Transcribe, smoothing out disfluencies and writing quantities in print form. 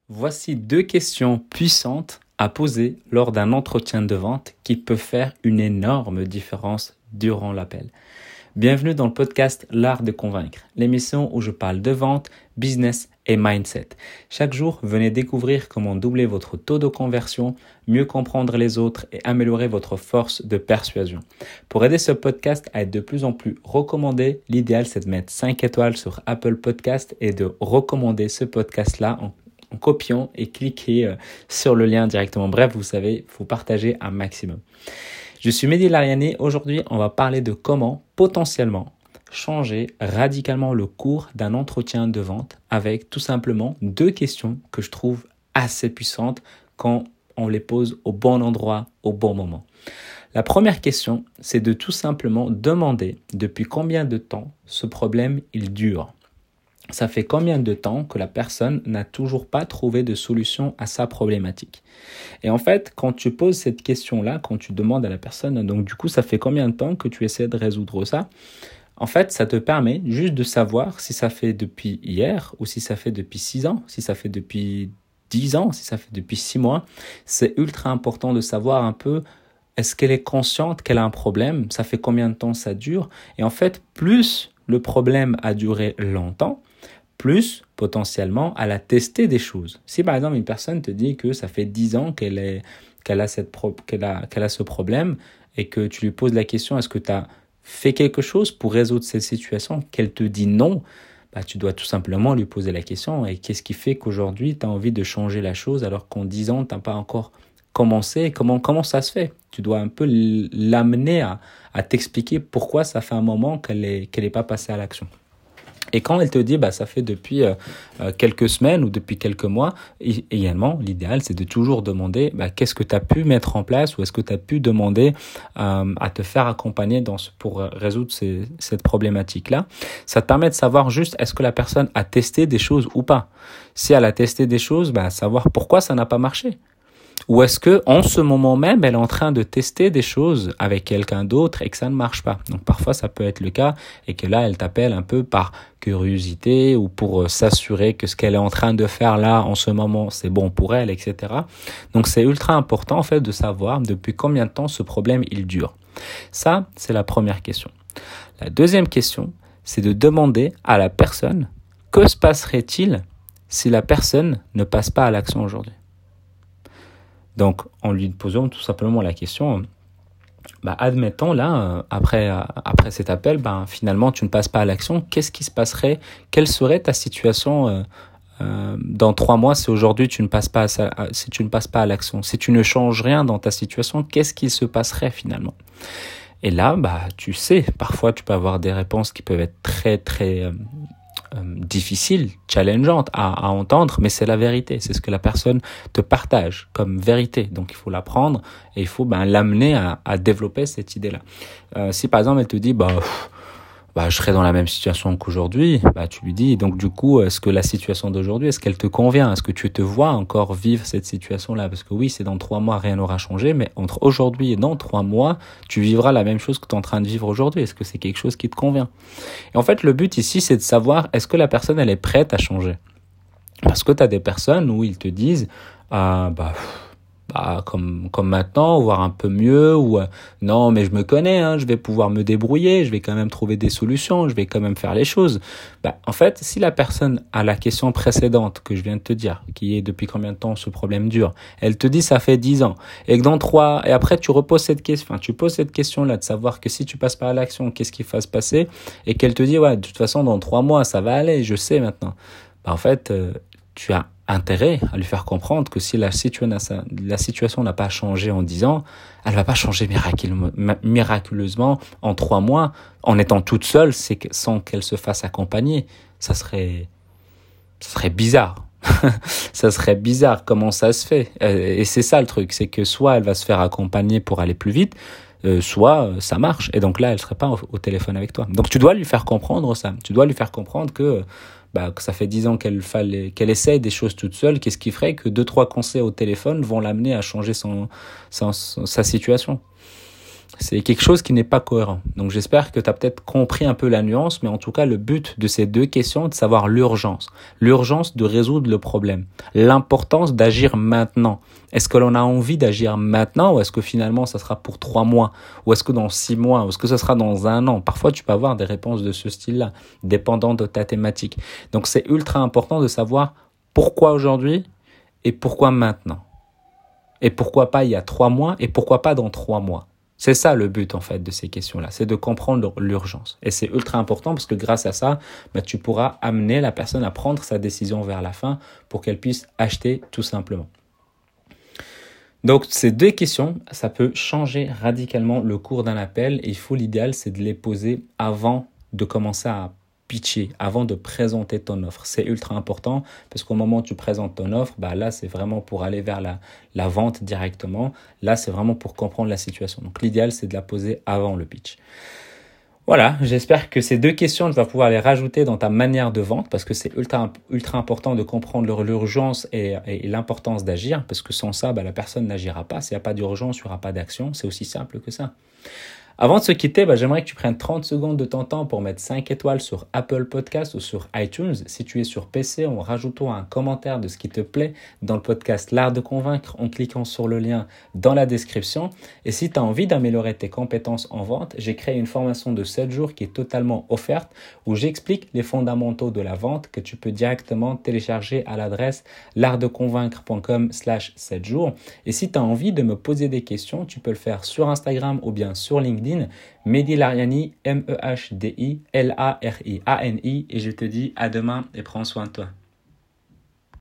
Voici 2 questions puissantes à poser lors d'un entretien de vente qui peut faire une énorme différence durant l'appel. Bienvenue dans le podcast L'Art de Convaincre, l'émission où je parle de vente, business et mindset. Chaque jour, venez découvrir comment doubler votre taux de conversion, mieux comprendre les autres et améliorer votre force de persuasion. Pour aider ce podcast à être de plus en plus recommandé, l'idéal c'est de mettre 5 étoiles sur Apple Podcast et de recommander ce podcast-là en copiant et cliquer sur le lien directement. Bref, vous savez, il faut partager un maximum. Je suis Mehdi Lariani. Aujourd'hui, on va parler de comment potentiellement changer radicalement le cours d'un entretien de vente avec tout simplement 2 questions que je trouve assez puissantes quand on les pose au bon endroit, au bon moment. La première question, c'est de tout simplement demander depuis combien de temps ce problème il dure. Ça fait combien de temps que la personne n'a toujours pas trouvé de solution à sa problématique? Et en fait, quand tu poses cette question-là, quand tu demandes à la personne, donc du coup, ça fait combien de temps que tu essaies de résoudre ça? En fait, ça te permet juste de savoir si ça fait depuis hier ou si ça fait depuis 6 ans, si ça fait depuis 10 ans, si ça fait depuis 6 mois. C'est ultra important de savoir un peu, est-ce qu'elle est consciente qu'elle a un problème? Ça fait combien de temps ça dure? Et en fait, plus le problème a duré longtemps, plus potentiellement elle a testé des choses. Si par exemple une personne te dit que ça fait 10 ans qu'elle a ce problème et que tu lui poses la question, est-ce que tu as fait quelque chose pour résoudre cette situation, qu'elle te dit non, tu dois tout simplement lui poser la question, et qu'est-ce qui fait qu'aujourd'hui tu as envie de changer la chose alors qu'en 10 ans tu n'as pas encore commencé? Comment ça se fait? Tu dois un peu l'amener à t'expliquer pourquoi ça fait un moment qu'elle est pas passée à l'action. Et quand elle te dit, ça fait depuis quelques semaines ou depuis quelques mois, également, l'idéal, c'est de toujours demander qu'est-ce que tu as pu mettre en place ou est-ce que tu as pu demander à te faire accompagner pour résoudre cette problématique-là. Ça te permet de savoir juste est-ce que la personne a testé des choses ou pas. Si elle a testé des choses, savoir pourquoi ça n'a pas marché. Ou est-ce que en ce moment même, elle est en train de tester des choses avec quelqu'un d'autre et que ça ne marche pas? Donc parfois, ça peut être le cas et que là, elle t'appelle un peu par curiosité ou pour s'assurer que ce qu'elle est en train de faire là en ce moment, c'est bon pour elle, etc. Donc c'est ultra important en fait de savoir depuis combien de temps ce problème il dure. Ça, c'est la première question. La deuxième question, c'est de demander à la personne que se passerait-il si la personne ne passe pas à l'action aujourd'hui. Donc, en lui posant tout simplement la question, admettons là, après cet appel, finalement tu ne passes pas à l'action, qu'est-ce qui se passerait? Quelle serait ta situation dans 3 mois si aujourd'hui tu ne passes pas à l'action? Si tu ne changes rien dans ta situation, qu'est-ce qui se passerait finalement? Et là, tu sais, parfois tu peux avoir des réponses qui peuvent être très très difficile, challengeante à entendre, mais c'est la vérité, c'est ce que la personne te partage comme vérité, donc il faut l'apprendre et il faut l'amener à développer cette idée-là. Si par exemple elle te dit je serai dans la même situation qu'aujourd'hui, tu lui dis, donc du coup, est-ce que la situation d'aujourd'hui, est-ce qu'elle te convient? Est-ce que tu te vois encore vivre cette situation-là? Parce que oui, c'est dans 3 mois, rien n'aura changé, mais entre aujourd'hui et dans 3 mois, tu vivras la même chose que tu es en train de vivre aujourd'hui. Est-ce que c'est quelque chose qui te convient? Et en fait, le but ici, c'est de savoir, est-ce que la personne, elle est prête à changer? Parce que tu as des personnes où ils te disent, comme maintenant, voire un peu mieux, ou non mais je me connais, je vais pouvoir me débrouiller, je vais quand même trouver des solutions, je vais quand même faire les choses. En fait, si la personne a la question précédente que je viens de te dire, qui est depuis combien de temps ce problème dure, elle te dit ça fait 10 ans, et que dans 3, et après tu reposes cette question, tu poses cette question-là de savoir que si tu passes pas à l'action, qu'est-ce qui va se passer, et qu'elle te dit de toute façon dans 3 mois ça va aller, je sais maintenant. En fait, tu as intérêt à lui faire comprendre que si la situation n'a pas changé en 10 ans, elle va pas changer miraculeusement en 3 mois en étant toute seule sans qu'elle se fasse accompagner. Ça serait bizarre. Ça serait bizarre. Comment ça se fait? Et c'est ça le truc, c'est que soit elle va se faire accompagner pour aller plus vite, soit ça marche. Et donc là, elle serait pas au téléphone avec toi. Donc tu dois lui faire comprendre ça. Tu dois lui faire comprendre que ça fait 10 ans qu'elle essaye des choses toute seule. Qu'est-ce qui ferait que 2-3 conseils au téléphone vont l'amener à changer sa situation? c'est quelque chose qui n'est pas cohérent. Donc j'espère que tu as peut-être compris un peu la nuance, mais en tout cas le but de ces deux questions est de savoir l'urgence. L'urgence de résoudre le problème. L'importance d'agir maintenant. Est-ce que l'on a envie d'agir maintenant ou est-ce que finalement ça sera pour 3 mois? Ou est-ce que dans 6 mois? Ou est-ce que ça sera dans 1 an? Parfois tu peux avoir des réponses de ce style-là, dépendant de ta thématique. Donc c'est ultra important de savoir pourquoi aujourd'hui et pourquoi maintenant. Et pourquoi pas il y a 3 mois et pourquoi pas dans 3 mois. C'est ça le but en fait de ces questions-là, c'est de comprendre l'urgence. Et c'est ultra important parce que grâce à ça, tu pourras amener la personne à prendre sa décision vers la fin pour qu'elle puisse acheter tout simplement. Donc ces deux questions, ça peut changer radicalement le cours d'un appel et l'idéal c'est de les poser avant de commencer à pitcher, avant de présenter ton offre. C'est ultra important parce qu'au moment où tu présentes ton offre, là c'est vraiment pour aller vers la vente directement. Là c'est vraiment pour comprendre la situation. Donc l'idéal c'est de la poser avant le pitch. Voilà, j'espère que ces deux questions, tu vas pouvoir les rajouter dans ta manière de vente parce que c'est ultra important de comprendre l'urgence et l'importance d'agir parce que sans ça, la personne n'agira pas. S'il n'y a pas d'urgence, il n'y aura pas d'action. C'est aussi simple que ça. Avant de se quitter, j'aimerais que tu prennes 30 secondes de ton temps pour mettre 5 étoiles sur Apple Podcast ou sur iTunes. Si tu es sur PC, en rajoutant un commentaire de ce qui te plaît dans le podcast L'Art de Convaincre en cliquant sur le lien dans la description. Et si tu as envie d'améliorer tes compétences en vente, j'ai créé une formation de 7 jours qui est totalement offerte où j'explique les fondamentaux de la vente que tu peux directement télécharger à l'adresse l'artdeconvaincre.com/7 jours. Et si tu as envie de me poser des questions, tu peux le faire sur Instagram ou bien sur LinkedIn. Mehdi Lariani, MEHDI LARIANI et je te dis à demain et prends soin de toi.